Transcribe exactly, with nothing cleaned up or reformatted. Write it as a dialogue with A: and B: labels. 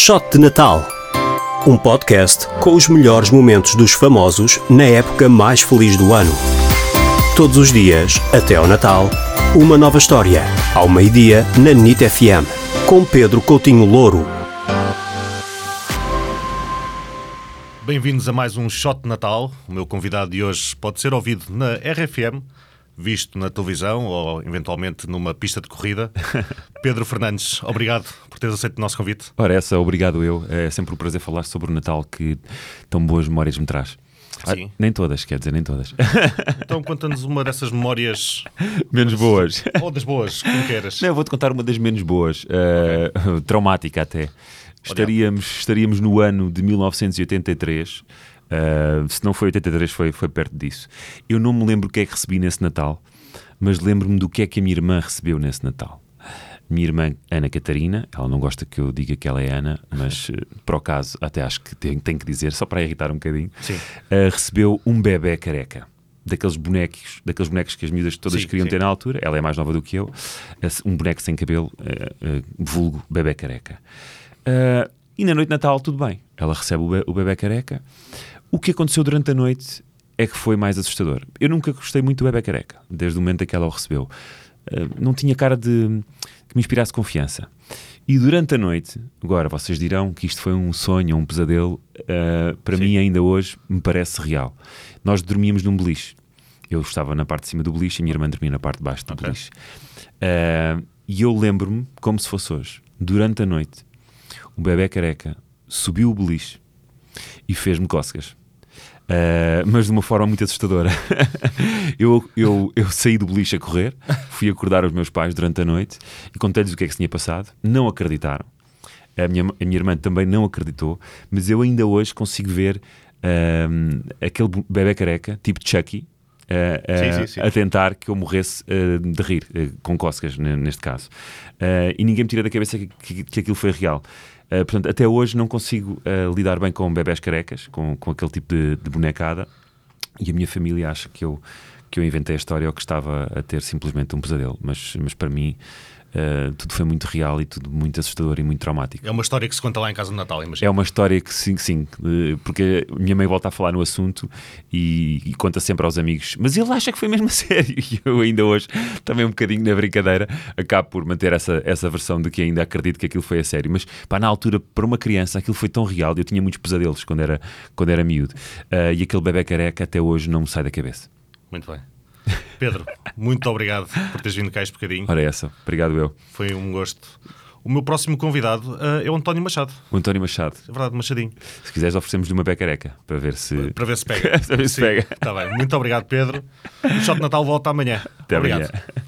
A: Shot de Natal, um podcast com os melhores momentos dos famosos na época mais feliz do ano. Todos os dias, até ao Natal, uma nova história, ao meio-dia, na N I T F M, com Pedro Coutinho Louro.
B: Bem-vindos a mais um Shot de Natal. O meu convidado de hoje pode ser ouvido na R F M, visto na televisão ou eventualmente numa pista de corrida. Pedro Fernandes, obrigado por teres aceito o nosso convite.
C: Ora, essa, obrigado eu. É sempre um prazer falar sobre o Natal que tão boas memórias me traz.
B: Sim.
C: Ah, nem todas, quer dizer, nem todas.
B: Então conta-nos uma dessas memórias...
C: menos boas.
B: Ou das boas, como queiras.
C: Não, eu vou-te contar uma das menos boas, uh, traumática até. Estaríamos, estaríamos no ano de mil novecentos e oitenta e três, uh, se não foi oitenta e três, foi, foi perto disso. Eu não me lembro o que é que recebi nesse Natal, mas lembro-me do que é que a minha irmã recebeu nesse Natal. Minha irmã Ana Catarina, ela não gosta que eu diga que ela é Ana, mas por acaso até acho que tem, tem que dizer, só para irritar um bocadinho, uh, recebeu um bebé careca. Daqueles bonecos, daqueles bonecos que as miúdas todas sim, queriam sim. ter na altura. Ela é mais nova do que eu. Um boneco sem cabelo, uh, uh, vulgo bebé careca. Uh, e na noite de Natal tudo bem, ela recebe o, be- o bebé careca. O que aconteceu durante a noite é que foi mais assustador. Eu nunca gostei muito do bebé careca, desde o momento em que ela o recebeu. Uh, não tinha cara de que me inspirasse confiança. E durante a noite, agora vocês dirão que isto foi um sonho, um pesadelo, uh, para Sim. mim ainda hoje me parece real. Nós dormíamos num beliche. Eu estava na parte de cima do beliche e a minha irmã dormia na parte de baixo do okay. beliche. Uh, e eu lembro-me, como se fosse hoje, durante a noite, o bebé careca subiu o beliche e fez-me cócegas. Uh, mas de uma forma muito assustadora. eu, eu, eu saí do beliche a correr, fui acordar os meus pais durante a noite e contei-lhes o que é que se tinha passado. Não acreditaram. A minha, a minha irmã também não acreditou, mas eu ainda hoje consigo ver uh, aquele bebé careca, tipo Chucky, Uh, uh, sim, sim, sim. a tentar que eu morresse uh, de rir, uh, com cócegas n- neste caso. Uh, e ninguém me tira da cabeça que, que, que aquilo foi real. Uh, portanto, até hoje não consigo uh, lidar bem com bebés carecas, com, com aquele tipo de, de bonecada, e a minha família acha que eu, que eu inventei a história ou que estava a ter simplesmente um pesadelo. Mas, mas para mim uh, tudo foi muito real e tudo muito assustador e muito traumático.
B: É uma história que se conta lá em casa no Natal, imagino.
C: É uma história que sim, sim, porque a minha mãe volta a falar no assunto e, e conta sempre aos amigos, mas ele acha que foi mesmo a sério. E eu ainda hoje, também um bocadinho na brincadeira, acabo por manter essa, essa versão de que ainda acredito que aquilo foi a sério. Mas pá, na altura, para uma criança, aquilo foi tão real. Eu tinha muitos pesadelos quando era, quando era miúdo. Uh, e aquele bebé careca até hoje não me sai da cabeça.
B: Muito bem. Pedro, muito obrigado por teres vindo cá este bocadinho.
C: Ora essa, obrigado eu.
B: Foi um gosto. O meu próximo convidado uh, é o António Machado.
C: O António Machado.
B: É verdade, Machadinho.
C: Se quiseres oferecemos-lhe uma bebé careca, para ver se...
B: Para ver se pega.
C: para ver se pega.
B: Está bem, muito obrigado, Pedro. O Shot de Natal volta amanhã.
C: Até
B: obrigado.
C: Amanhã.